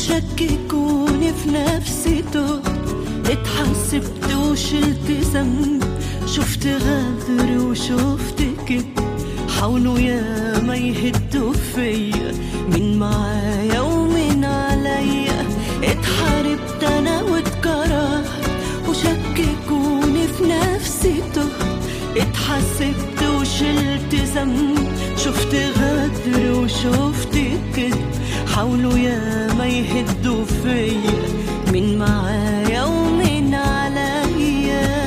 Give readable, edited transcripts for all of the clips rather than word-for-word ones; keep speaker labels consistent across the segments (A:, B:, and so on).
A: وشككوني في نفسي تهت، اتحسبت وشلت ذنب، شفت غدر وشفت كذب، حاولوا يا ما يهدوا فيا، مين معايا ومين عليا، اتحاربت انا واتكرهت وشككوني في نفسي تهت، اتحسبت وشلت ذنب، شفت غدر وشفت كذب، حاولوا يا ما يهدوا فيا، مين معايا ومين عليا.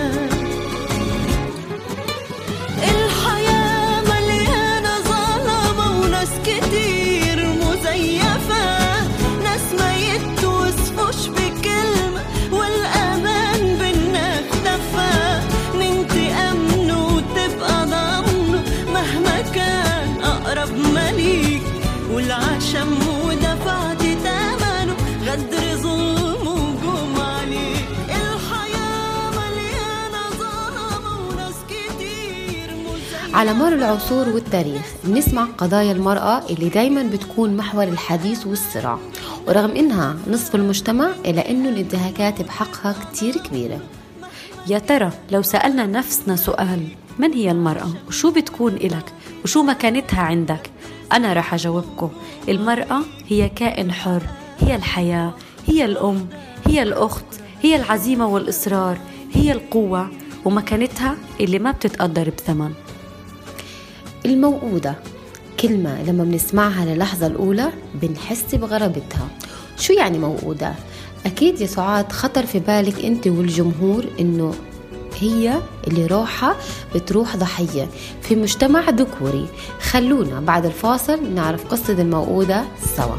A: الحياة مليانة ظلمة وناس كتير مزيفة، ناس ما يتوصفوش بكلمة والأمان بينا اختفى، مين تأمنه وتبقى ضامنه مهما كان أقرب مليك، والعشم ودفعت ثمنه غدر ظلم وجوم عليك. الحياة مليانة ظلمة وناس كتير مزيفة.
B: على مر العصور والتاريخ بنسمع قضايا المرأة اللي دايما بتكون محور الحديث والصراع، ورغم إنها نصف المجتمع إلا إنه الانتهاكات بحقها كتير كبيرة.
C: يا ترى لو سألنا نفسنا سؤال، من هي المرأة وشو بتكون إلك وشو مكانتها عندك؟ أنا رح أجاوبكم، المرأة هي كائن حر، هي الحياة، هي الأم، هي الأخت، هي العزيمة والإصرار، هي القوة، ومكانتها اللي ما بتتقدر بثمن.
B: الموؤودة كلمة لما بنسمعها للحظة الأولى بنحس بغرابتها. شو يعني موؤودة؟ أكيد يا سعاد خطر في بالك أنت والجمهور إنه هي اللي روحها بتروح ضحية في مجتمع ذكوري. خلونا بعد الفاصل نعرف قصة الموؤودة سوا.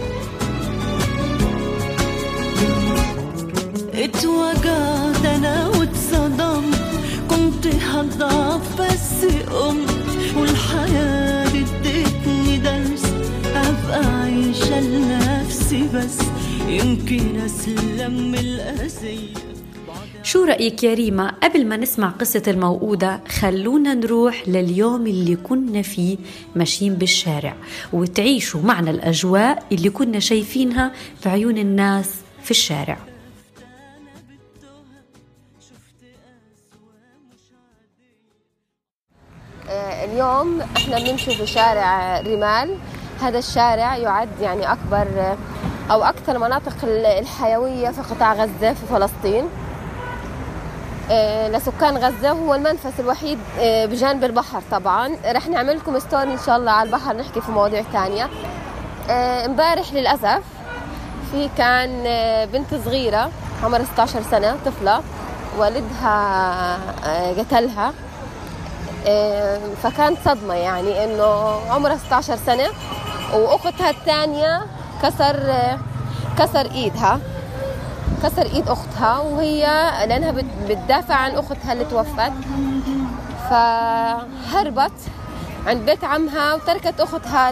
A: اتوجعت انا واتصدمت، كنت هضعف بس قمت، والحياة ادتني درس ابقى عايشة لنفسي بس، يمكن اسلم من الأذية.
C: شو رأيك يا ريما؟ قبل ما نسمع قصة الموؤودة خلونا نروح لليوم اللي كنا فيه ماشيين بالشارع وتعيشوا معنا الأجواء اللي كنا شايفينها في عيون الناس في الشارع.
B: اليوم احنا بنمشي في شارع رمال. هذا الشارع يعد يعني أكبر أو أكثر مناطق الحيوية في قطاع غزة في فلسطين. لسكان غزة هو المنفذ الوحيد بجانب البحر. طبعا رح نعمل لكم ستوري إن شاء الله على البحر، نحكي في مواضيع تانية. امبارح للأسف في كان بنت صغيرة عمرها 16 سنة، طفلة والدها قتلها، فكانت صدمة يعني إنه عمرها 16 سنة وأختها الثانية كسر إيدها، كسر إيد أختها، وهي لأنها بتدافع عن أختها اللي توفت، فهربت عند بيت عمها وتركت أختها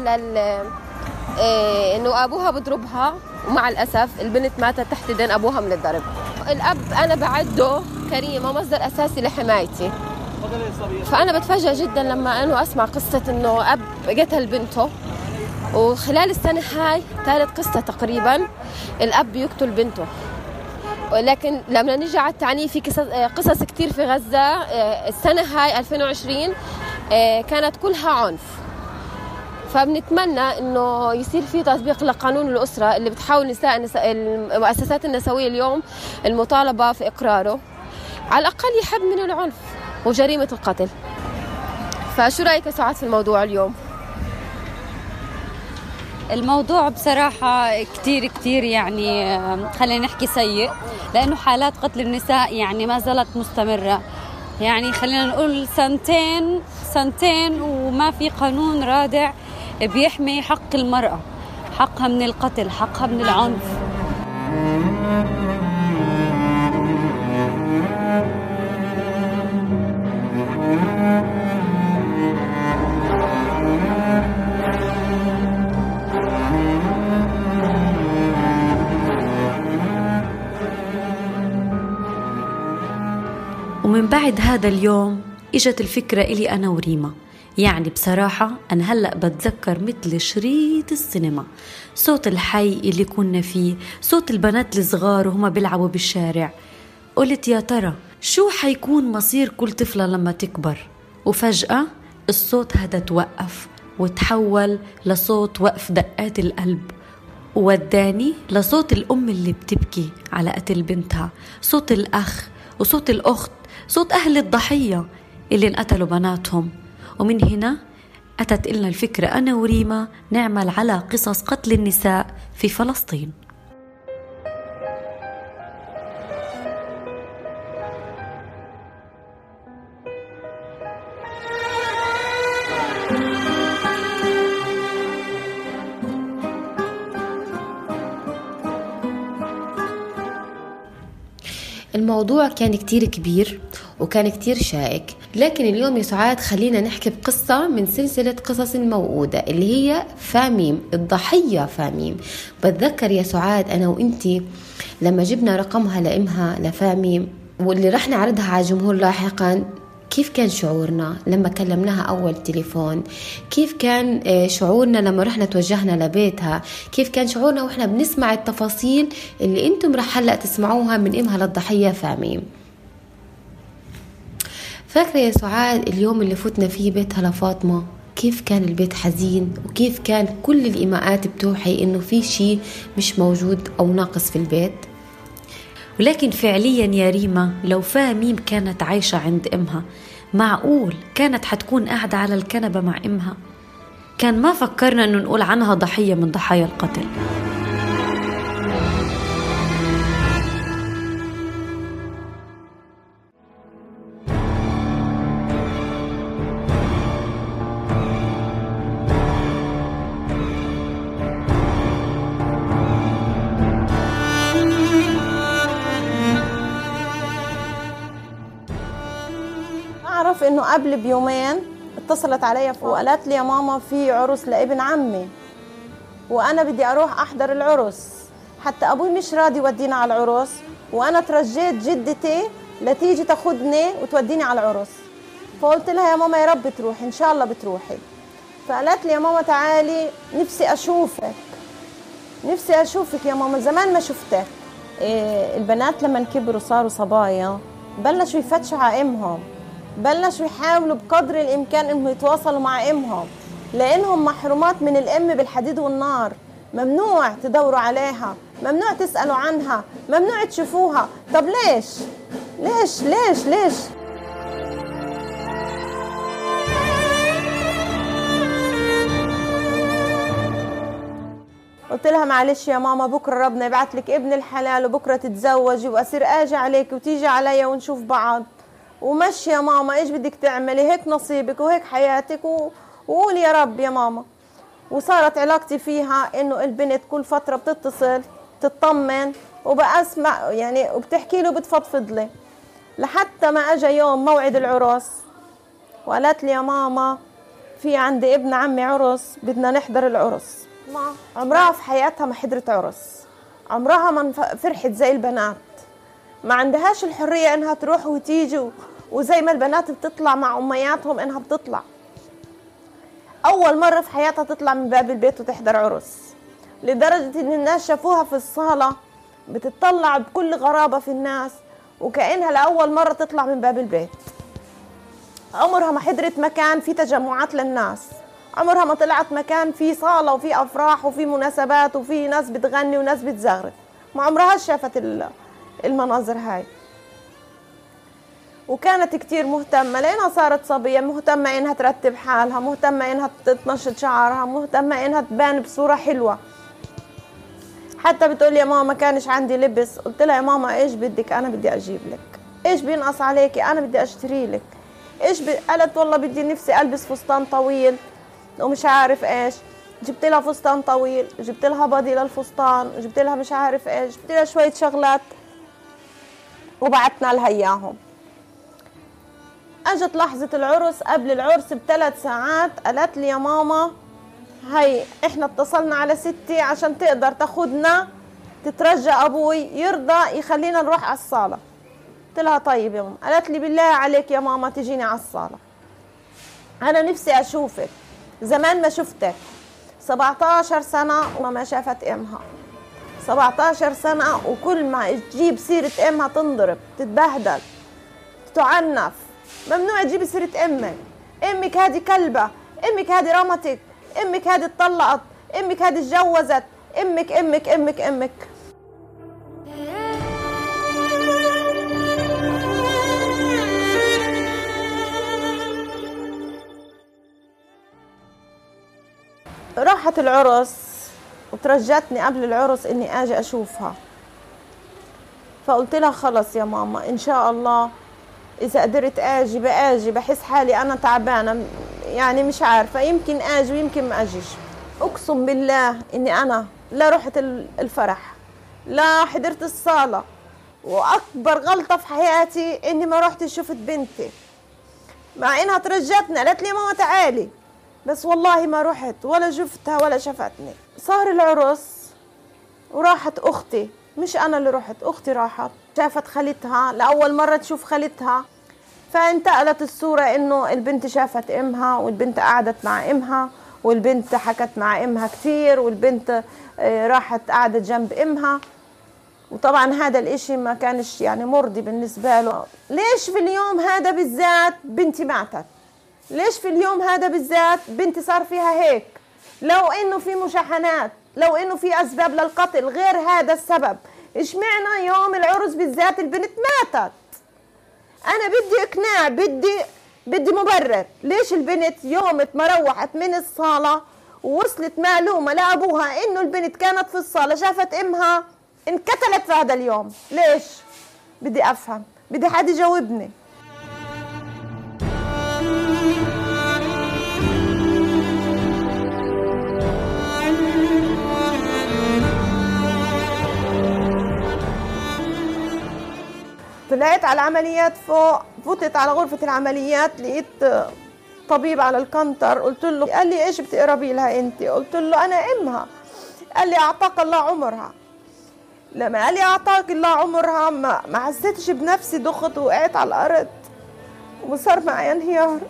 B: إنه أبوها بضربها، ومع الأسف البنت ماتت تحت يدين أبوها من الضرب. الأب أنا بعده كريمة مصدر أساسي لحمايتي، فأنا بتفاجأ جدا لما أنا أسمع قصة إنه أب قتل بنته، وخلال السنة هاي ثالث قصة تقريبا الأب يقتل بنته. ولكن لما نيجي على التعني في قصص كتير في غزة. السنة هاي 2020 كانت كلها عنف، فبنتمنى إنه يصير في تطبيق لقانون الأسرة اللي بتحاول المؤسسات النسوية اليوم المطالبة في إقراره، على الأقل يحد من العنف وجريمة القتل. فشو رأيك يا سعاد في الموضوع اليوم؟
D: الموضوع بصراحة كتير يعني خلينا نحكي سيء، لأنه حالات قتل النساء يعني ما زالت مستمرة، يعني خلينا نقول سنتين وما في قانون رادع بيحمي حق المرأة، حقها من القتل، حقها من العنف.
C: ومن بعد هذا اليوم إجت الفكرة إلي أنا وريما يعني بصراحة أنا هلأ بتذكر مثل شريط السينما، صوت الحي اللي كنا فيه، صوت البنات الصغار وهما بيلعبوا بالشارع. قلت يا ترى شو حيكون مصير كل طفلة لما تكبر؟ وفجأة الصوت هذا توقف وتحول لصوت وقف دقات القلب، ووداني لصوت الأم اللي بتبكي على قتل بنتها، صوت الأخ وصوت الأخت، صوت أهل الضحية اللي انقتلوا بناتهم. ومن هنا أتت إلنا الفكرة أنا وريما نعمل على قصص قتل النساء في فلسطين.
B: الموضوع كان كتير كبير وكان كتير شائك، لكن اليوم يا سعاد خلينا نحكي بقصة من سلسلة قصص الموؤودة اللي هي فاميم، الضحية فاميم. بتذكر يا سعاد أنا وإنتي لما جبنا رقمها لإمها لفاميم واللي رح نعرضها على الجمهور لاحقا، كيف كان شعورنا لما كلمناها أول تليفون، كيف كان شعورنا لما رحنا توجهنا لبيتها، كيف كان شعورنا وإحنا بنسمع التفاصيل اللي أنتم رح هلأ تسمعوها من إمها للضحية فاميم. فاكرة يا سعاد اليوم اللي فتنا فيه بيتها لفاطمة، كيف كان البيت حزين وكيف كان كل الإيماءات بتوحي إنه في شيء مش موجود أو ناقص في البيت؟
C: ولكن فعليا يا ريما لو فاميم كانت عايشة عند إمها، معقول كانت حتكون قاعدة على الكنبة مع إمها؟ كان ما فكرنا إنه نقول عنها ضحية من ضحايا القتل.
E: انه قبل بيومين اتصلت علي وقالت لي يا ماما في عرس لابن عمي وانا بدي اروح احضر العرس، حتى ابوي مش راضي يودينا على العرس، وانا ترجيت جدتي لتيجي تاخذني وتوديني على العرس. فقلت لها يا ماما يا رب تروحي ان شاء الله بتروحي. فقالت لي يا ماما تعالي نفسي اشوفك، نفسي اشوفك يا ماما زمان ما شفتك. البنات لما كبروا صاروا صبايا بلشوا يفتشوا على امهم، بلشوا يحاولوا بقدر الامكان انهم يتواصلوا مع امهم، لانهم محرومات من الام بالحديد والنار. ممنوع تدوروا عليها، ممنوع تسالوا عنها، ممنوع تشوفوها. طب ليش ليش ليش ليش؟ قلت لها معلش يا ماما بكره ربنا يبعث لك ابن الحلال وبكره تتزوجي واصير اجي عليك وتيجي عليا ونشوف بعض ومشي يا ماما، ايش بدك تعملي؟ هيك نصيبك وهيك حياتك وقولي يا رب يا ماما. وصارت علاقتي فيها انه البنت كل فتره بتتصل تطمن وبقى اسمع يعني وبتحكي له بتفضفض لي، لحتى ما اجى يوم موعد العرس وقالت لي يا ماما في عندي ابن عمي عرس بدنا نحضر العرس. ما عمرها في حياتها ما حضرت عرس، عمرها ما فرحت زي البنات، ما عندهاش الحرية انها تروح وتيجي وزي ما البنات بتطلع مع امياتهم انها بتطلع. اول مرة في حياتها تطلع من باب البيت وتحضر عرس، لدرجة ان الناس شافوها في الصالة بتطلع بكل غرابة في الناس وكأنها لأول مرة تطلع من باب البيت. عمرها ما حضرت مكان في تجمعات للناس، عمرها ما طلعت مكان في صالة وفي أفراح وفي مناسبات وفي ناس بتغني وناس بتزغرف، ما عمرها شافت المناظر هاي. وكانت كتير مهتمة لأنها صارت صبية، مهتمة إنها ترتب حالها، مهتمة إنها تنشط شعرها، مهتمة إنها تبان بصورة حلوة. حتى بتقول يا ماما ما كانش عندي لبس، قلت لها يا ماما إيش بدك أنا بدي أجيب لك، إيش بينقص عليكي أنا بدي أشتري لك، قالت والله بدي نفسي ألبس فستان طويل ومش عارف إيش. جبت لها فستان طويل، جبت لها بادي للفستان، جبت لها مش عارف إيش، جبت لها شوية شغلات وبعتنا لها إياهم. اجت لحظة العرس قبل العرس ب3 ساعات قالت لي يا ماما هي احنا اتصلنا على ستي عشان تقدر تاخدنا تترجى ابوي يرضى يخلينا نروح على الصالة. قلت لها طيب يا ماما. قالت لي بالله عليك يا ماما تجيني على الصالة. أنا نفسي أشوفك زمان ما شفتك. 17 سنة وما شافت أمها، 17 سنة وكل ما تجيب سيرة أمها تنضرب، تتبهدل، تعنف. ممنوع تجيب سيرة أمك. أمك هذه كلبة، أمك هذه رمتك، أمك هذه اتطلقت، أمك هذه اتجوزت، أمك أمك أمك أمك. راحت العرس وترجتني قبل العرس اني اجي اشوفها، فقلت لها خلص يا ماما ان شاء الله اذا قدرت اجي باجي، بحس حالي انا تعبانه يعني مش عارفه، يمكن اجي ويمكن ما اجيش. اقسم بالله اني انا لا رحت الفرح لا حضرت الصاله، واكبر غلطه في حياتي اني ما رحت شفت بنتي، مع انها ترجتني قالت لي ماما تعالي، بس والله ما رحت ولا شفتها ولا شفتني. صار العرس وراحت أختي، مش أنا اللي رحت، أختي راحت شافت خالتها لأول مرة تشوف خالتها، فانتقلت الصورة إنه البنت شافت أمها والبنت قعدت مع أمها والبنت حكت مع أمها كتير والبنت راحت قعدت جنب أمها. وطبعا هذا الإشي ما كانش يعني مرضي بالنسبة له. ليش في اليوم هذا بالذات بنتي ماتت؟ ليش في اليوم هذا بالذات بنتي صار فيها هيك؟ لو انه في مشاحنات، لو انه في اسباب للقتل غير هذا السبب، اشمعنى يوم العرس بالذات البنت ماتت؟ انا بدي اقناع، بدي مبرر. ليش البنت يوم ما روحت من الصالة ووصلت معلومة لابوها انه البنت كانت في الصالة شافت امها انقتلت في هذا اليوم؟ ليش؟ بدي افهم، بدي حد يجاوبني. طلعت على العمليات فوق، فتت على غرفة العمليات لقيت طبيب على الكنتر، قلت له، قال لي ايش بتقربي لها انت؟ قلت له انا امها. قال لي اعطاك الله عمرها. لما قال لي اعطاك الله عمرها ما حسيتش بنفسي، دخت وقعت على الارض وصار معي انهيار.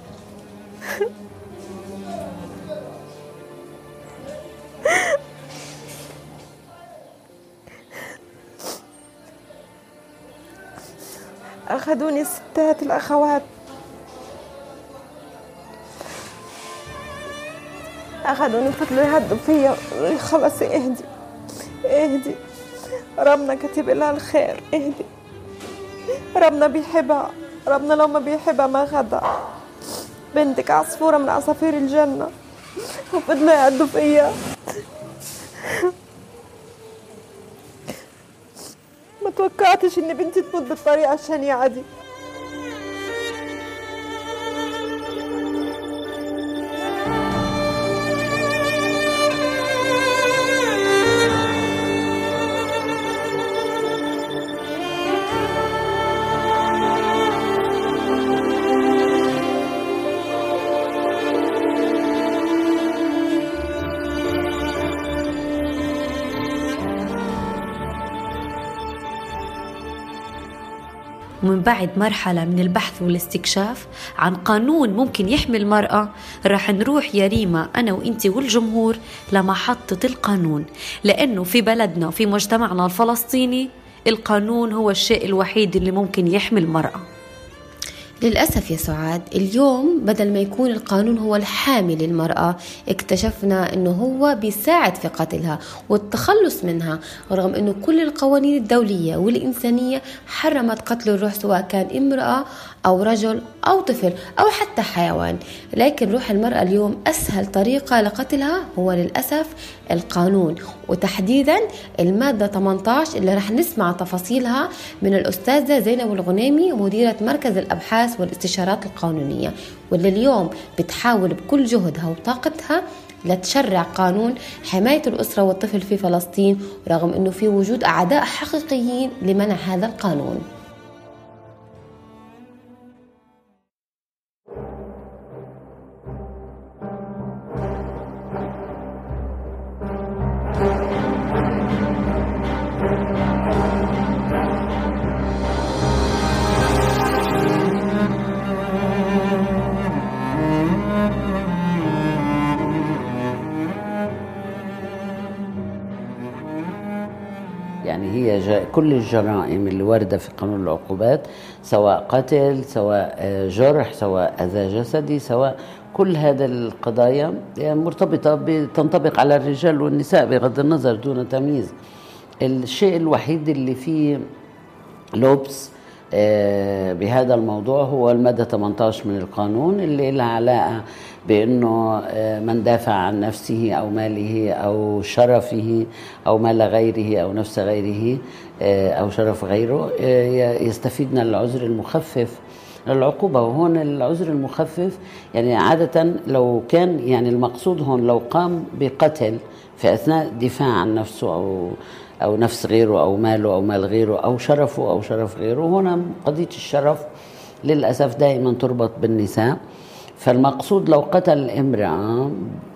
E: أخذوني الستات الأخوات، أخذوني فضلوا يهدوا فيا، خلص اهدي اهدي، ربنا كاتب لها الخير، اهدي، ربنا بيحبها، ربنا لو ما بيحبها ما خدها، بنتك عصفورة من عصافير الجنة. وفضلوا يهدوا فيا. ما توقعتش ان بنتي تموت بالطريقه الشنيعه دي.
C: ومن بعد مرحلة من البحث والاستكشاف عن قانون ممكن يحمي المرأة، رح نروح يا ريما أنا وإنتي والجمهور لمحطة القانون، لأنه في بلدنا وفي مجتمعنا الفلسطيني القانون هو الشيء الوحيد اللي ممكن يحمي المرأة.
B: للأسف يا سعاد، اليوم بدل ما يكون القانون هو الحامي للمرأة، اكتشفنا أنه هو بيساعد في قتلها والتخلص منها، رغم أنه كل القوانين الدولية والإنسانية حرمت قتل الروح، سواء كان امرأة أو رجل أو طفل أو حتى حيوان. لكن روح المرأة اليوم أسهل طريقة لقتلها هو للأسف القانون، وتحديدا المادة 18 اللي رح نسمع تفاصيلها من الأستاذة زينب الغنيمي، مديرة مركز الأبحاث والاستشارات القانونية، واللي اليوم بتحاول بكل جهدها وطاقتها لتشرع قانون حماية الأسرة والطفل في فلسطين، رغم أنه في وجود أعداء حقيقيين لمنع هذا القانون.
F: يعني هي كل الجرائم اللي واردة في قانون العقوبات، سواء قتل، سواء جرح، سواء أذى جسدي، سواء كل هذا القضايا مرتبطة تنطبق على الرجال والنساء بغض النظر دون تمييز. الشيء الوحيد اللي فيه لبس بهذا الموضوع هو المادة 18 من القانون اللي لها علاقة بأنه من دافع عن نفسه أو ماله أو شرفه أو مال غيره أو نفس غيره أو شرف غيره يستفيد من العذر المخفف للعقوبة. وهون العذر المخفف يعني عادة لو كان يعني المقصود هون لو قام بقتل في أثناء الدفاع عن نفسه أو نفس غيره أو ماله أو مال غيره أو شرفه أو شرف غيره. هنا قضية الشرف للأسف دائما تربط بالنساء، فالمقصود لو قتل امرأة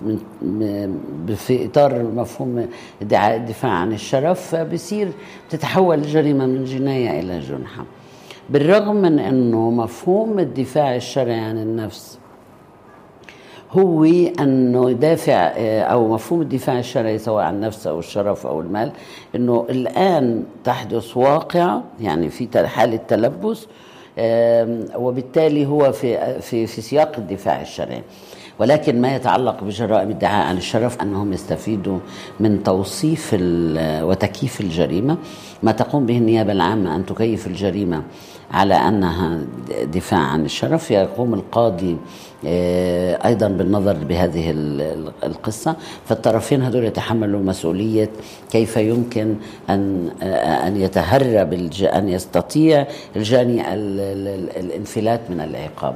F: في إطار مفهوم ادعاء الدفاع عن الشرف فبصير تتحول الجريمة من جناية إلى جنحة، بالرغم من أنه مفهوم الدفاع الشرعي عن النفس هو أنه يدافع، أو مفهوم الدفاع الشرعي سواء عن النفس أو الشرف أو المال، أنه الآن تحدث واقع يعني في حالة تلبس، وبالتالي هو في سياق الدفاع الشرعي. ولكن ما يتعلق بجرائم الدعاء عن الشرف أنهم يستفيدوا من توصيف وتكييف الجريمة. ما تقوم به النيابة العامة أن تكيف الجريمة على أنها دفاع عن الشرف، يقوم القاضي أيضا بالنظر بهذه القصة، فالطرفين هذول يتحملوا مسؤولية كيف يمكن أن يتهرب أن يستطيع الجاني الانفلات من العقاب.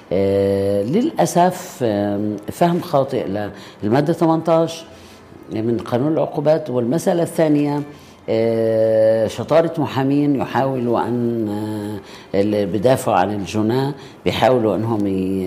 F: للأسف فهم خاطئ للمادة 18 من قانون العقوبات. والمسألة الثانية شطارة محامين يحاولوا أن بدافعوا عن الجناة بيحاولوا أنهم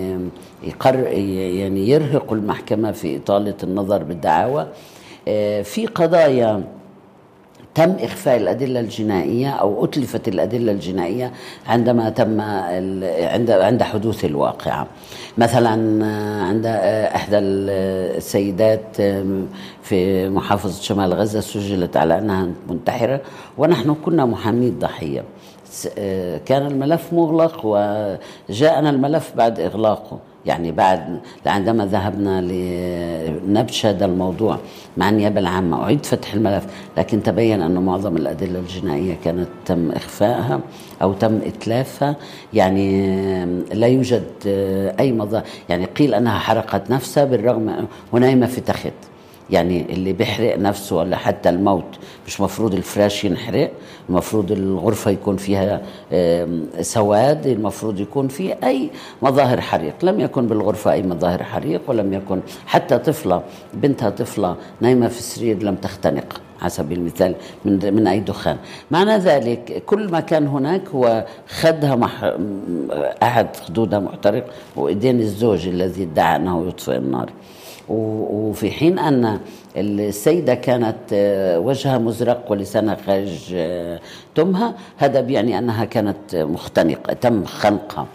F: يعني يرهقوا المحكمة في إطالة النظر بالدعاوى في قضايا تم إخفاء الأدلة الجنائية أو أتلفت الأدلة الجنائية عندما تم عند حدوث الواقعة. مثلا عند إحدى السيدات في محافظة شمال غزة سجلت على أنها منتحرة، ونحن كنا محامي الضحية. كان الملف مغلق وجاءنا الملف بعد إغلاقه، يعني بعد عندما ذهبنا لنبش هذا الموضوع مع النيابة العامة أعيد فتح الملف، لكن تبين أن معظم الأدلة الجنائية كانت تم إخفائها أو تم إتلافها، يعني لا يوجد أي مظاهر. يعني قيل أنها حرقت نفسها بالرغم ونايمة في تخت، يعني اللي بيحرق نفسه ولا حتى الموت مش مفروض الفراش ينحرق، المفروض الغرفة يكون فيها سواد، المفروض يكون فيه أي مظاهر حريق. لم يكن بالغرفة أي مظاهر حريق، ولم يكن حتى طفلة بنتها طفلة نايمة في السرير لم تختنق على سبيل المثال من أي دخان. معنى ذلك كل ما كان هناك هو خدها أحد خدودها محترق وإيدين الزوج الذي ادعى أنه يطفئ النار. وفي حين أن السيدة كانت وجهها مزرق ولسانها خارج تمها، هذا بيعني أنها كانت مختنقة، تم خنقها.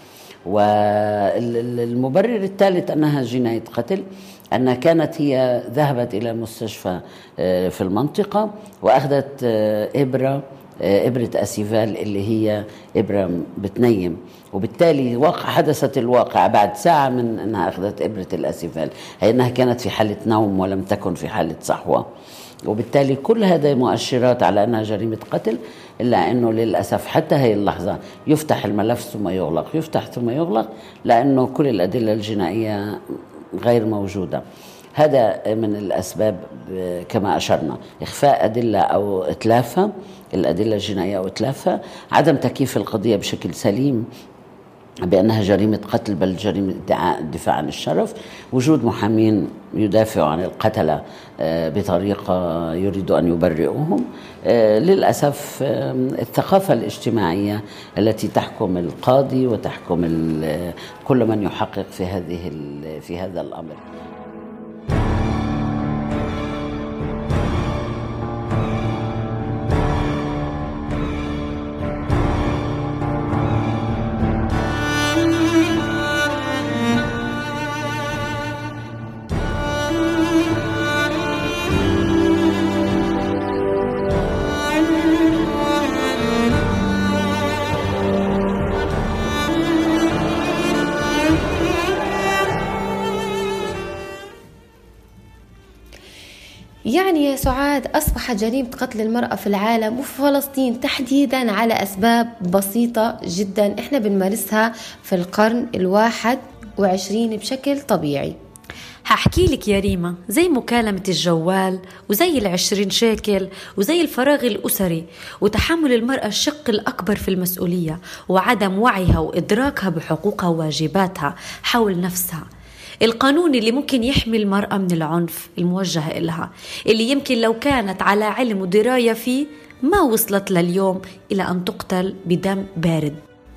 F: والمبرر الثالث أنها جناية قتل أنها كانت هي ذهبت إلى مستشفى في المنطقة وأخذت إبرة أسيفال اللي هي إبرة بتنيم، وبالتالي حدثت الواقع بعد ساعة من أنها أخذت إبرة الأسيفال، أي أنها كانت في حالة نوم ولم تكن في حالة صحوة. وبالتالي كل هذه مؤشرات على أنها جريمة قتل، إلا أنه للأسف حتى هذه اللحظة يفتح الملف ثم يغلق، يفتح ثم يغلق، لأنه كل الأدلة الجنائية غير موجودة. هذا من الأسباب كما أشرنا، إخفاء أدلة أو إتلافها، الأدلة الجنائية أو إتلافها، عدم تكييف القضية بشكل سليم بأنها جريمة قتل بل جريمة الدفاع عن الشرف، وجود محامين يدافعوا عن القتلة بطريقة يريد أن يبرئوهم. للأسف الثقافة الاجتماعية التي تحكم القاضي وتحكم كل من يحقق في هذا الأمر.
B: سعاد أصبحت جريمة قتل المرأة في العالم وفي فلسطين تحديدا على أسباب بسيطة جدا إحنا بنمارسها في القرن 21 بشكل طبيعي.
C: هحكي لك يا ريما، زي مكالمة الجوال وزي 20 شيكل وزي الفراغ الأسري وتحمل المرأة الشق الأكبر في المسؤولية وعدم وعيها وإدراكها بحقوقها وواجباتها حول نفسها. القانون اللي ممكن يحمي المرأة من العنف الموجه إلها، اللي يمكن لو كانت على علم ودراية فيه ما وصلت لليوم إلى أن تقتل بدم بارد.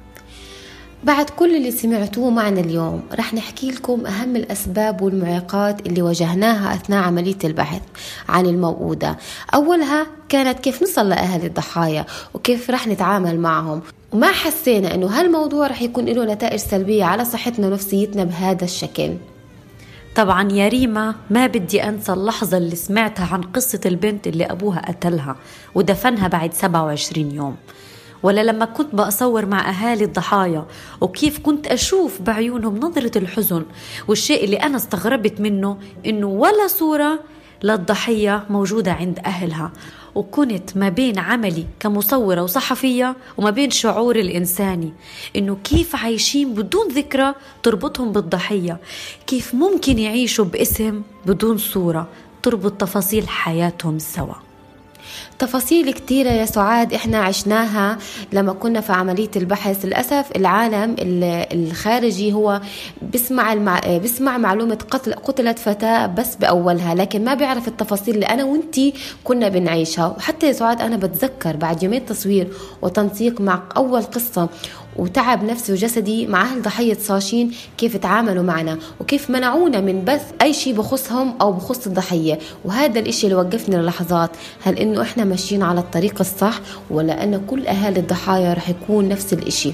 B: بعد كل اللي سمعتوه معنا اليوم رح نحكي لكم أهم الأسباب والمعيقات اللي واجهناها أثناء عملية البحث عن الموؤودة. أولها كانت كيف نصل لأهل الضحايا وكيف رح نتعامل معهم، وما حسينا أنه هالموضوع رح يكون له نتائج سلبية على صحتنا ونفسيتنا بهذا الشكل.
C: طبعا يا ريما ما بدي أنسى اللحظة اللي سمعتها عن قصة البنت اللي أبوها قتلها ودفنها بعد 27 يوم، ولا لما كنت بأصور مع أهالي الضحايا وكيف كنت أشوف بعيونهم نظرة الحزن. والشيء اللي أنا استغربت منه إنه ولا صورة للضحية موجودة عند أهلها، وكنت ما بين عملي كمصورة وصحفية وما بين شعور الإنساني إنه كيف عايشين بدون ذكرى تربطهم بالضحية، كيف ممكن يعيشوا باسم بدون صورة تربط تفاصيل حياتهم سوا.
B: تفاصيل كتيرة يا سعاد احنا عشناها لما في عملية البحث. للأسف العالم الخارجي هو بسمع معلومة قتلت فتاة بس بأولها، لكن ما بيعرف التفاصيل اللي أنا وانتي كنا بنعيشها. وحتى يا سعاد أنا بتذكر بعد يومين تصوير وتنسيق مع أول قصة وتعب نفسي وجسدي مع أهل ضحية صاشين كيف تعاملوا معنا وكيف منعونا من بث أي شيء بخصهم أو بخص الضحية. وهذا الإشي اللي وقفني للحظات، هل إنه إحنا ماشيين على الطريق الصح ولا أن كل أهالي الضحايا رح يكون نفس الإشي؟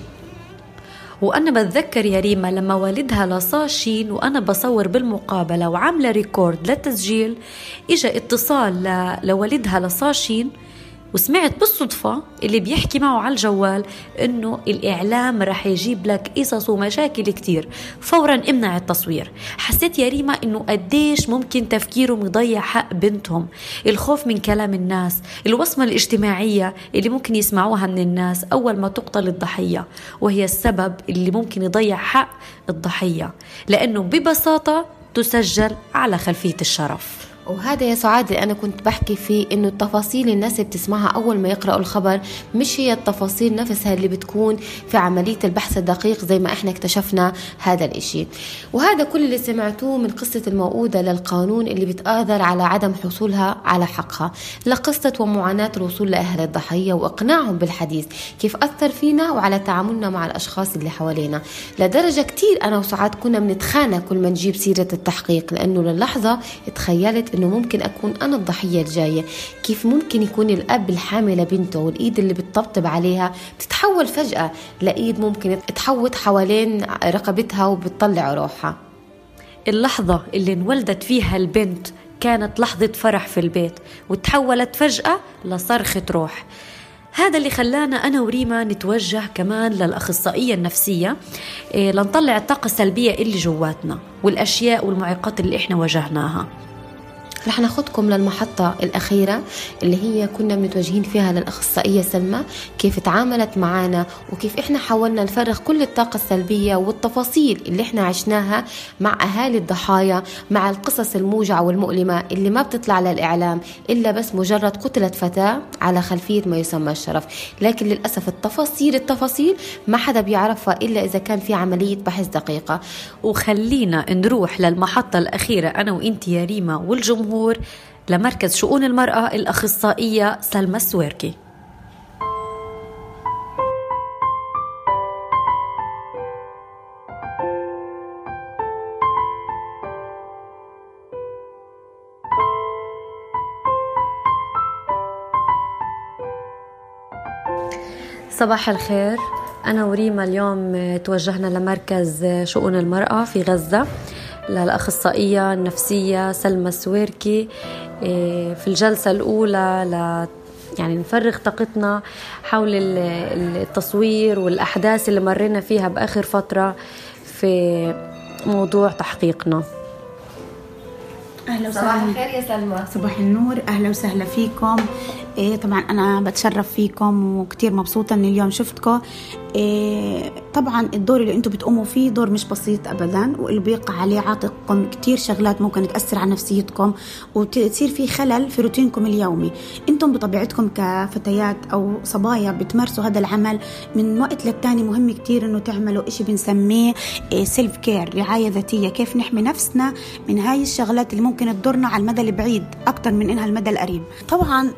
C: وأنا بتذكر يا ريما لما والدها لصاشين وأنا بصور بالمقابلة وعاملة ريكورد للتسجيل، إجا اتصال لوالدها لصاشين وسمعت بالصدفة اللي بيحكي معه على الجوال إنه الإعلام رح يجيب لك قصص ومشاكل كتير، فورا امنع التصوير. حسيت يا ريما إنه قديش ممكن تفكيرهم يضيع حق بنتهم، الخوف من كلام الناس، الوصمة الاجتماعية اللي ممكن يسمعوها من الناس أول ما تقتل الضحية، وهي السبب اللي ممكن يضيع حق الضحية لأنه ببساطة تسجل على خلفية الشرف.
B: وهذا يا سعاد اللي أنا كنت بحكي فيه، إنه التفاصيل الناس بتسمعها أول ما يقرأوا الخبر مش هي التفاصيل نفسها اللي بتكون في عملية البحث الدقيق زي ما إحنا اكتشفنا هذا الإشي. وهذا كل اللي سمعتوه من قصة الموؤودة للقانون اللي بتقادر على عدم حصولها على حقها، لقصة ومعاناة الوصول لأهل الضحية وإقناعهم بالحديث كيف أثر فينا وعلى تعاملنا مع الأشخاص اللي حوالينا، لدرجة كتير أنا وسعاد كنا بنتخانق كل ما نجيب سيرة التحقيق، لأنه للحظة تخيلت إنه ممكن أكون أنا الضحية الجاية. كيف ممكن يكون الأب الحامل بنته والإيد اللي بتطبطب عليها بتتحول فجأة لإيد ممكن تحوط حوالين رقبتها وبتطلع روحها.
C: اللحظة اللي انولدت فيها البنت كانت لحظة فرح في البيت وتحولت فجأة لصرخة روح. هذا اللي خلانا أنا وريما نتوجه كمان للأخصائية النفسية لنطلع الطاقة السلبية اللي جواتنا والأشياء والمعيقات اللي إحنا واجهناها.
B: رح ناخدكم للمحطة الأخيرة اللي هي كنا متوجهين فيها للأخصائية سلمى، كيف تعاملت معنا وكيف إحنا حاولنا نفرغ كل الطاقة السلبية والتفاصيل اللي إحنا عشناها مع أهالي الضحايا، مع القصص الموجعة والمؤلمة اللي ما بتطلع للإعلام إلا بس مجرد قتلت فتاة على خلفية ما يسمى الشرف. لكن للأسف التفاصيل ما حدا بيعرفها إلا إذا كان في عملية بحث دقيقة.
C: وخلينا نروح للمحطة الأخيرة أنا وإنتي يا ريما والجمهور لمركز شؤون المرأة الأخصائية سلمى السويركي. صباح الخير، أنا وريما اليوم توجهنا لمركز شؤون المرأة في غزة للأخصائية النفسية سلمى السويركي في الجلسة الأولى يعني نفرغ طاقتنا حول التصوير والأحداث اللي مرينا فيها بآخر فترة في موضوع تحقيقنا.
G: أهلا
B: صباح
G: وسهلا.
B: الخير يا سلمى.
G: صباح النور، أهلا وسهلا فيكم. طبعا أنا بتشرف فيكم وكتير مبسوطة أن اليوم شفتكم. طبعا الدور اللي أنتم بتقوموا فيه دور مش بسيط أبدا، واللي بيقع عليه عاتقكم كتير شغلات ممكن تأثر على نفسيتكم وتصير في خلل في روتينكم اليومي. أنتم بطبيعتكم كفتيات أو صبايا بتمارسوا هذا العمل من وقت للتاني. مهم كتير أنه تعملوا إشي بنسميه سيلف كير، رعاية ذاتية، كيف نحمي نفسنا من هاي الشغلات اللي ممكن تضرنا على المدى البعيد أكتر من إنها المدى القريب. طبعا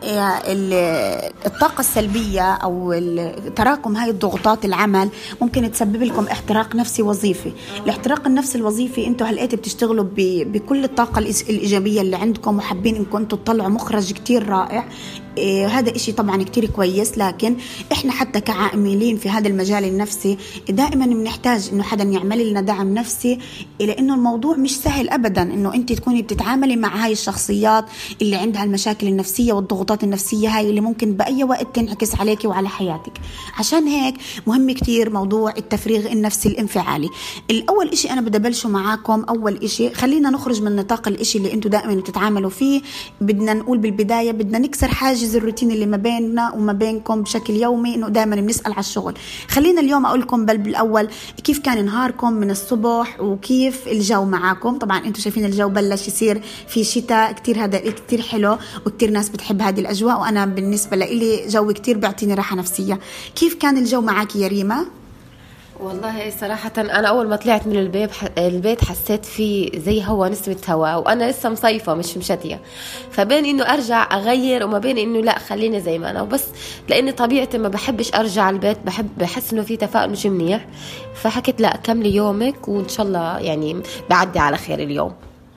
G: الطاقة السلبية أو تراكم هاي الضغوطات العمل ممكن تسبب لكم احتراق نفسي وظيفي. الاحتراق النفسي الوظيفي انتوا هلقيت بتشتغلوا بكل الطاقة الإيجابية اللي عندكم وحابين انكم انتوا تطلعوا مخرج كتير رائع. هذا إشي طبعا كتير كويس، لكن إحنا حتى كعاملين في هذا المجال النفسي دائما بنحتاج إنه حدا يعمل لنا دعم نفسي، لأنه الموضوع مش سهل أبدا إنه أنت تكوني بتتعاملي مع هاي الشخصيات اللي عندها المشاكل النفسية والضغوطات النفسية هاي اللي ممكن بأي وقت تنعكس عليك وعلى حياتك. عشان هيك مهم كتير موضوع التفريغ النفسي الانفعالي. الأول إشي أنا بدي أبلشه معاكم، أول إشي خلينا نخرج من نطاق الإشي اللي أنتوا دائما بتتعاملوا فيه. بدنا نقول بالبداية بدنا نكسر حاجز الروتين اللي ما بيننا وما بينكم بشكل يومي، انه دائما بنسأل على الشغل. خلينا اليوم اقول لكم بالاول كيف كان نهاركم من الصبح وكيف الجو معاكم. طبعا انتم شايفين الجو بلش يصير في شتاء كتير، هذا كتير حلو وكتير ناس بتحب هذه الاجواء، وانا بالنسبة لي جو كتير بيعطيني راحة نفسية. كيف كان الجو معك يا ريما؟
B: والله صراحة أنا أول ما طلعت من البيت حسيت فيه زي هوا، نسمة هوا، وأنا لسه مصيفة مش مشتية، فبين إنه أرجع أغير وما بين إنه لا خليني زي ما أنا، وبس لأني طبيعتي ما بحبش أرجع البيت، بحس إنه في تفاؤل مش منيح، فحكيت لا كملي يومك وإن شاء الله يعني بعدي على خير اليوم.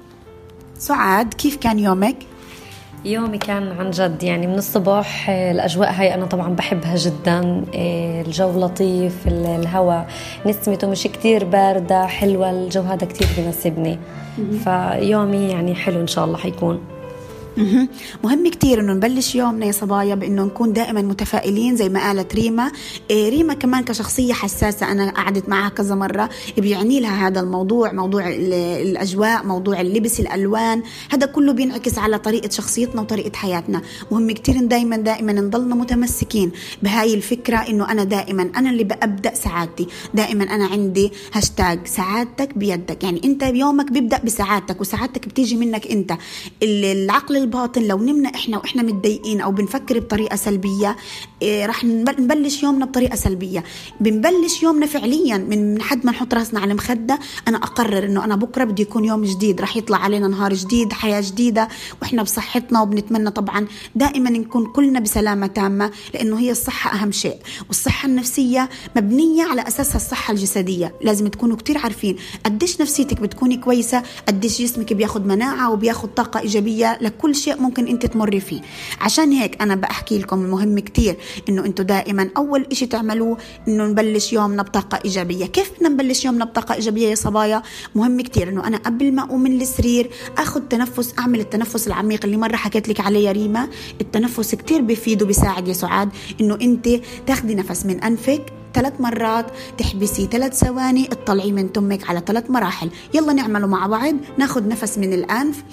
G: سعاد كيف كان يومك؟
C: يومي كان عن جد يعني من الصبح الأجواء هاي أنا طبعا بحبها جدا، الجو لطيف، الهواء نسمته مش كتير باردة، حلوة، الجو هذا كتير بناسبني، فيومي يعني حلو إن شاء الله حيكون.
G: مهم كتير انه نبلش يومنا يا صبايا بانه نكون دائما متفائلين زي ما قالت ريما. ريما كمان كشخصية حساسة انا قعدت معها كذا مرة، بيعني لها هذا الموضوع، موضوع الاجواء، موضوع اللبس، الالوان، هذا كله بينعكس على طريقة شخصيتنا وطريقة حياتنا. مهم كتير دائما نضلنا متمسكين بهاي الفكرة انه انا دائما انا اللي بأبدأ سعادتي، دائما انا عندي هاشتاج سعادتك بيدك، يعني انت يومك بيبدأ بسعادتك وسعادتك بتيجي منك انت. العقل الباطن لو نمنا احنا متضايقين او بنفكر بطريقه سلبيه، راح نبلش يومنا بطريقه سلبيه. بنبلش يومنا فعليا من حد ما نحط راسنا على المخده، انا اقرر انه انا بكره بدي يكون يوم جديد، راح يطلع علينا نهار جديد، حياه جديده، واحنا بصحتنا، وبنتمنى طبعا دائما نكون كلنا بسلامه تامه، لانه هي الصحه اهم شيء، والصحه النفسيه مبنيه على اساسها الصحه الجسديه. لازم تكونوا كتير عارفين قديش نفسيتك بتكوني كويسه، قديش جسمك بياخد مناعه وبياخد طاقه ايجابيه لكل شيء ممكن انت تمري فيه. عشان هيك انا بحكي لكم المهم كتير انه انتوا دائما اول اشي تعملوه انه نبلش يومنا بطاقة ايجابية. كيف بدنا نبلش يومنا بطاقة ايجابية يا صبايا؟ مهم كتير انه انا قبل ما اقوم من السرير اخذ تنفس، اعمل التنفس العميق اللي مرة حكيت لك عليه يا ريما. التنفس كتير بيفيد وبيساعد يا سعاد انه انت تاخدي نفس من انفك 3 مرات، تحبسي 3 ثواني، تطلعي من تمك على 3 مراحل. يلا نعمله مع بعض. ناخد نفس من الانف،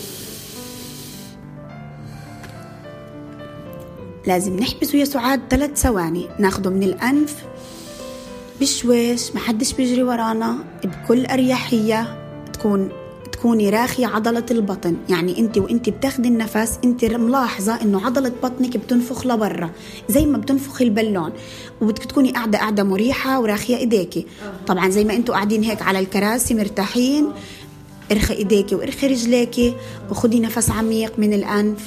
G: لازم نحبسه يا سعاد 3 ثواني، ناخده من الأنف بشويش، محدش بيجري ورانا، بكل أريحية، تكوني راخية عضلة البطن، يعني انت وانت بتاخدي النفس انت ملاحظة انه عضلة بطنك بتنفخ لبرا زي ما بتنفخ البالون، وبدك تكوني قاعدة مريحة وراخية ايديكي. طبعا زي ما انتوا قاعدين هيك على الكراسي مرتاحين، ارخي ايديكي وارخي رجليكي، وخدي نفس عميق من الأنف،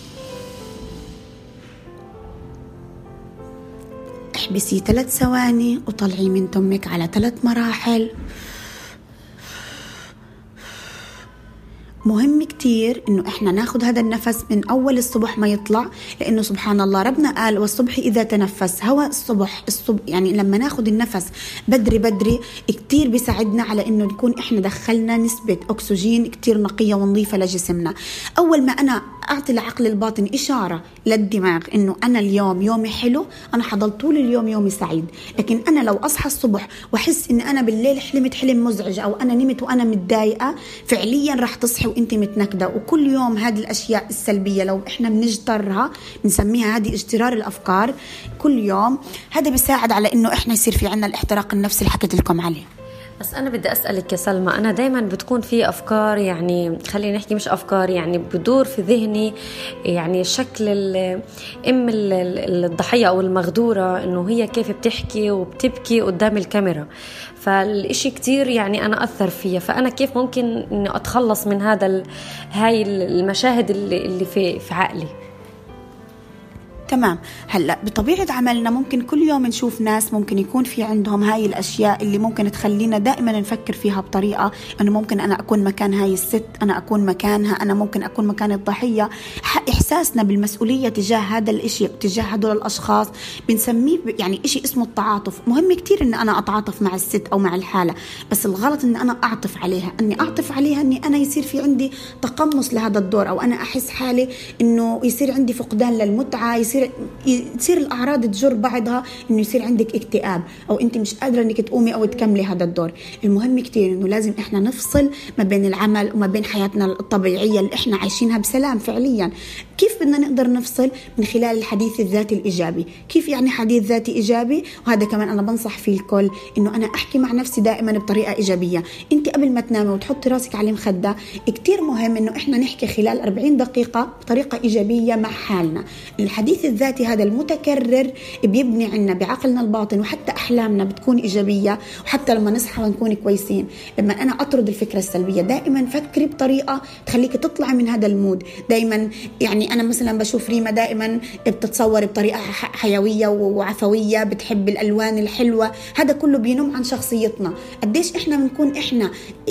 G: احبسي 3 ثواني وطلعي من تمك على 3 مراحل. مهم كتير انه احنا ناخد هذا النفس من اول الصبح ما يطلع، لانه سبحان الله ربنا قال والصبح اذا تنفس، هو الصبح يعني لما ناخد النفس بدري كتير بيساعدنا على انه نكون احنا دخلنا نسبة اكسجين كتير نقية ونظيفة لجسمنا. اول ما انا اعطي العقل الباطن اشارة للدماغ انه انا اليوم يومي حلو، انا حضل طول اليوم يومي سعيد. لكن انا لو اصحى الصبح واحس ان انا بالليل حلمت حلم مزعج او انا نمت وانا متضايقة، فعليا راح تصحي وانت متنكدة نكدة، وكل يوم هذه الأشياء السلبية لو إحنا بنجترها بنسميها هذه اجترار الأفكار كل يوم، هذا بيساعد على إنه إحنا يصير في عنا الاحتراق النفسي اللي حكيت لكم عليه.
C: بس أنا بدي أسألك يا سلمى، أنا دايما بتكون في أفكار، يعني خلينا نحكي مش أفكار، يعني بدور في ذهني يعني شكل الضحية أو المغدورة، إنه هي كيف بتحكي وبتبكي قدام الكاميرا، فالإشي كتير يعني أنا أثر فيها. فأنا كيف ممكن إني أتخلص من هاي المشاهد اللي في عقلي؟
G: تمام. هلأ بطبيعة عملنا ممكن كل يوم نشوف ناس ممكن يكون في عندهم هاي الأشياء اللي ممكن تخلينا دائما نفكر فيها بطريقة أنه ممكن أنا أكون مكان هاي الست، أنا أكون مكانها، أنا ممكن أكون مكان الضحية. إحساسنا بالمسؤولية تجاه هذا الإشي تجاه هدول الأشخاص بنسميه يعني إشي اسمه التعاطف. مهم كتير أن أنا أتعاطف مع الست أو مع الحالة، بس الغلط أن أنا أعطف عليها، أني أعطف عليها أني أنا يصير في عندي تقمص لهذا الدور، أو أنا أحس حالي أنه يصير عندي فقدان للمتعة، يصير الأعراض تجر بعضها، إنه يصير عندك اكتئاب أو أنت مش قادرة إنك تقومي أو تكملي هذا الدور. المهم كتير إنه لازم إحنا نفصل ما بين العمل وما بين حياتنا الطبيعية اللي إحنا عايشينها بسلام فعليا. كيف بدنا نقدر نفصل؟ من خلال الحديث الذاتي الإيجابي. كيف يعني حديث ذاتي إيجابي؟ وهذا كمان أنا بنصح فيه الكل، إنه أنا أحكي مع نفسي دائما بطريقة إيجابية. أنت قبل ما تنامي وتحطي راسك على المخدة كتير مهم إنه إحنا نحكي خلال 40 دقيقة بطريقة إيجابية مع حالنا. الحديث الذاتي هذا المتكرر بيبني عنا بعقلنا الباطن، وحتى أحلامنا بتكون إيجابية، وحتى لما نصحى نكون كويسين. لما أنا أطرد الفكرة السلبية، دائما فكري بطريقة تخليك تطلع من هذا المود. دائما يعني أنا مثلا بشوف ريما دائما بتتصور بطريقة حيوية وعفوية، بتحب الألوان الحلوة، هذا كله بينم عن شخصيتنا. قديش إحنا بنكون إحنا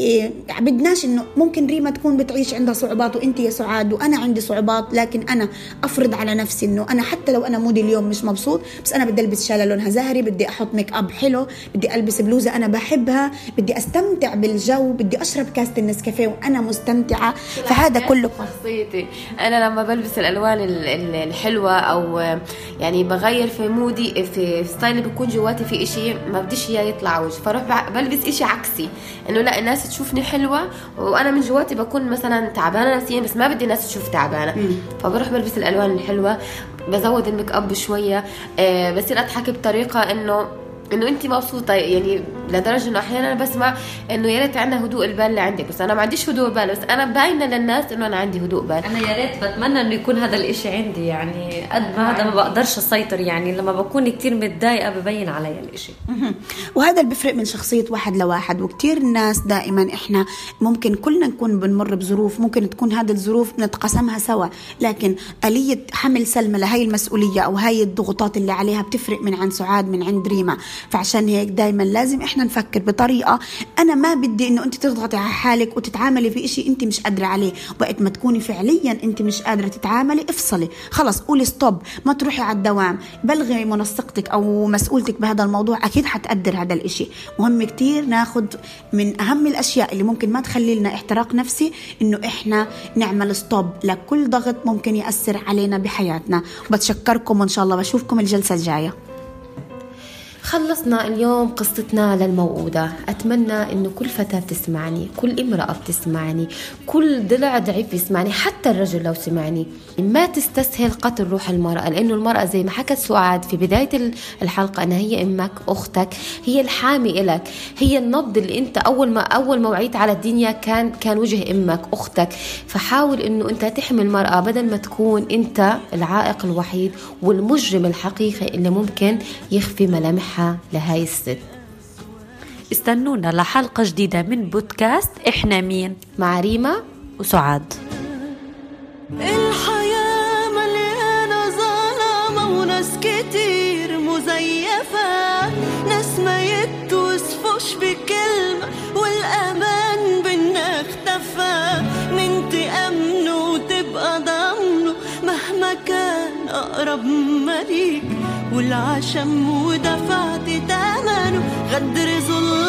G: بدناش إنه ممكن ريما تكون بتعيش عندها صعوبات وإنتي يا سعاد وأنا عندي صعوبات، لكن أنا أفرض على نفسي إنه أنا حتى لو أنا مودي اليوم مش مبسوط، بس أنا بدي ألبس شالة لونها زهري، بدي أحط ميك أب حلو، بدي ألبس بلوزة أنا بحبها، بدي أستمتع بالجو، بدي أشرب كاسة النسكافيه وأنا مستمتعة. فهذا كله
B: شخصيتي أنا لما بلبس الألوان الحلوة أو يعني بغير في مودي في ستايل بيكون جواتي في إشي ما بديش إياه يطلع وجه، فروح بلبس إشي عكسي، إنه لا الناس تشوفني حلوة وأنا من جواتي بكون مثلا تعبانة نفسيا، بس ما بدي الناس تشوف تعبانة. فبروح بلبس الألوان الحلوة، بزود الميك اب شويه، بصير اضحك بطريقه انه انت مبسوطه، يعني لدرجه انه احيانا بسمع انه يا ريت عندنا هدوء البال اللي عندك، بس انا ما عنديش هدوء بال، بس انا باينه للناس انه انا عندي هدوء بال.
C: انا يا ريت بتمنى انه يكون هذا الاشي عندي، يعني قد ما هذا ما بقدرش اسيطر، يعني لما بكون كتير متضايقه ببين علي الاشي.
G: وهذا اللي بيفرق من شخصيه واحد لواحد. وكتير الناس دائما احنا ممكن كلنا نكون بنمر بظروف، ممكن تكون هذه الظروف نتقاسمها سوا، لكن آلية حمل سلمى لهي المسؤوليه او هاي الضغوطات اللي عليها بتفرق من عند سعاد من عند ريما. فعشان هيك دايما لازم احنا نفكر بطريقه، انا ما بدي انه انت تضغطي على حالك وتتعاملي في اشي انت مش قادره عليه، وقت ما تكوني فعليا انت مش قادره تتعاملي افصلي خلص، قولي ستوب، ما تروحي على الدوام، بلغي منسقتك او مسؤولتك بهذا الموضوع، اكيد حتقدر هذا الاشي. مهم كتير ناخد من اهم الاشياء اللي ممكن ما تخلي لنا احتراق نفسي، انه احنا نعمل ستوب لكل ضغط ممكن يأثر علينا بحياتنا. وبتشكركم وان شاء الله بشوفكم الجلسه الجايه.
B: خلصنا اليوم قصتنا للموؤودة. أتمنى أنه كل فتاة بتسمعني، كل امرأة بتسمعني، كل ضلع ضعيف بيسمعني، حتى الرجل لو سمعني، ما تستسهل قتل روح المرأة، لأنه المرأة زي ما حكت سعاد في بداية الحلقة أنها هي أمك، أختك، هي الحامي إلك، هي النبض اللي أنت أول ما وعيت على الدنيا كان وجه أمك أختك. فحاول أنه أنت تحمي المرأة بدل ما تكون أنت العائق الوحيد والمجرم الحقيقي اللي ممكن يخفي ملامحها لهاي الست.
C: استنونا لحلقة جديدة من بودكاست إحنا مين
B: مع ريما
C: وسعاد.
A: الحياة مليانة ظلمة وناس كتير مزيفة، ناس ما يتوصفوش بكلمة والأمان بينا اختفى، من تأمنه وتبقى ضامنه مهما كان أقرب مليك، والعشم ودفعت تمنه غدر ظلم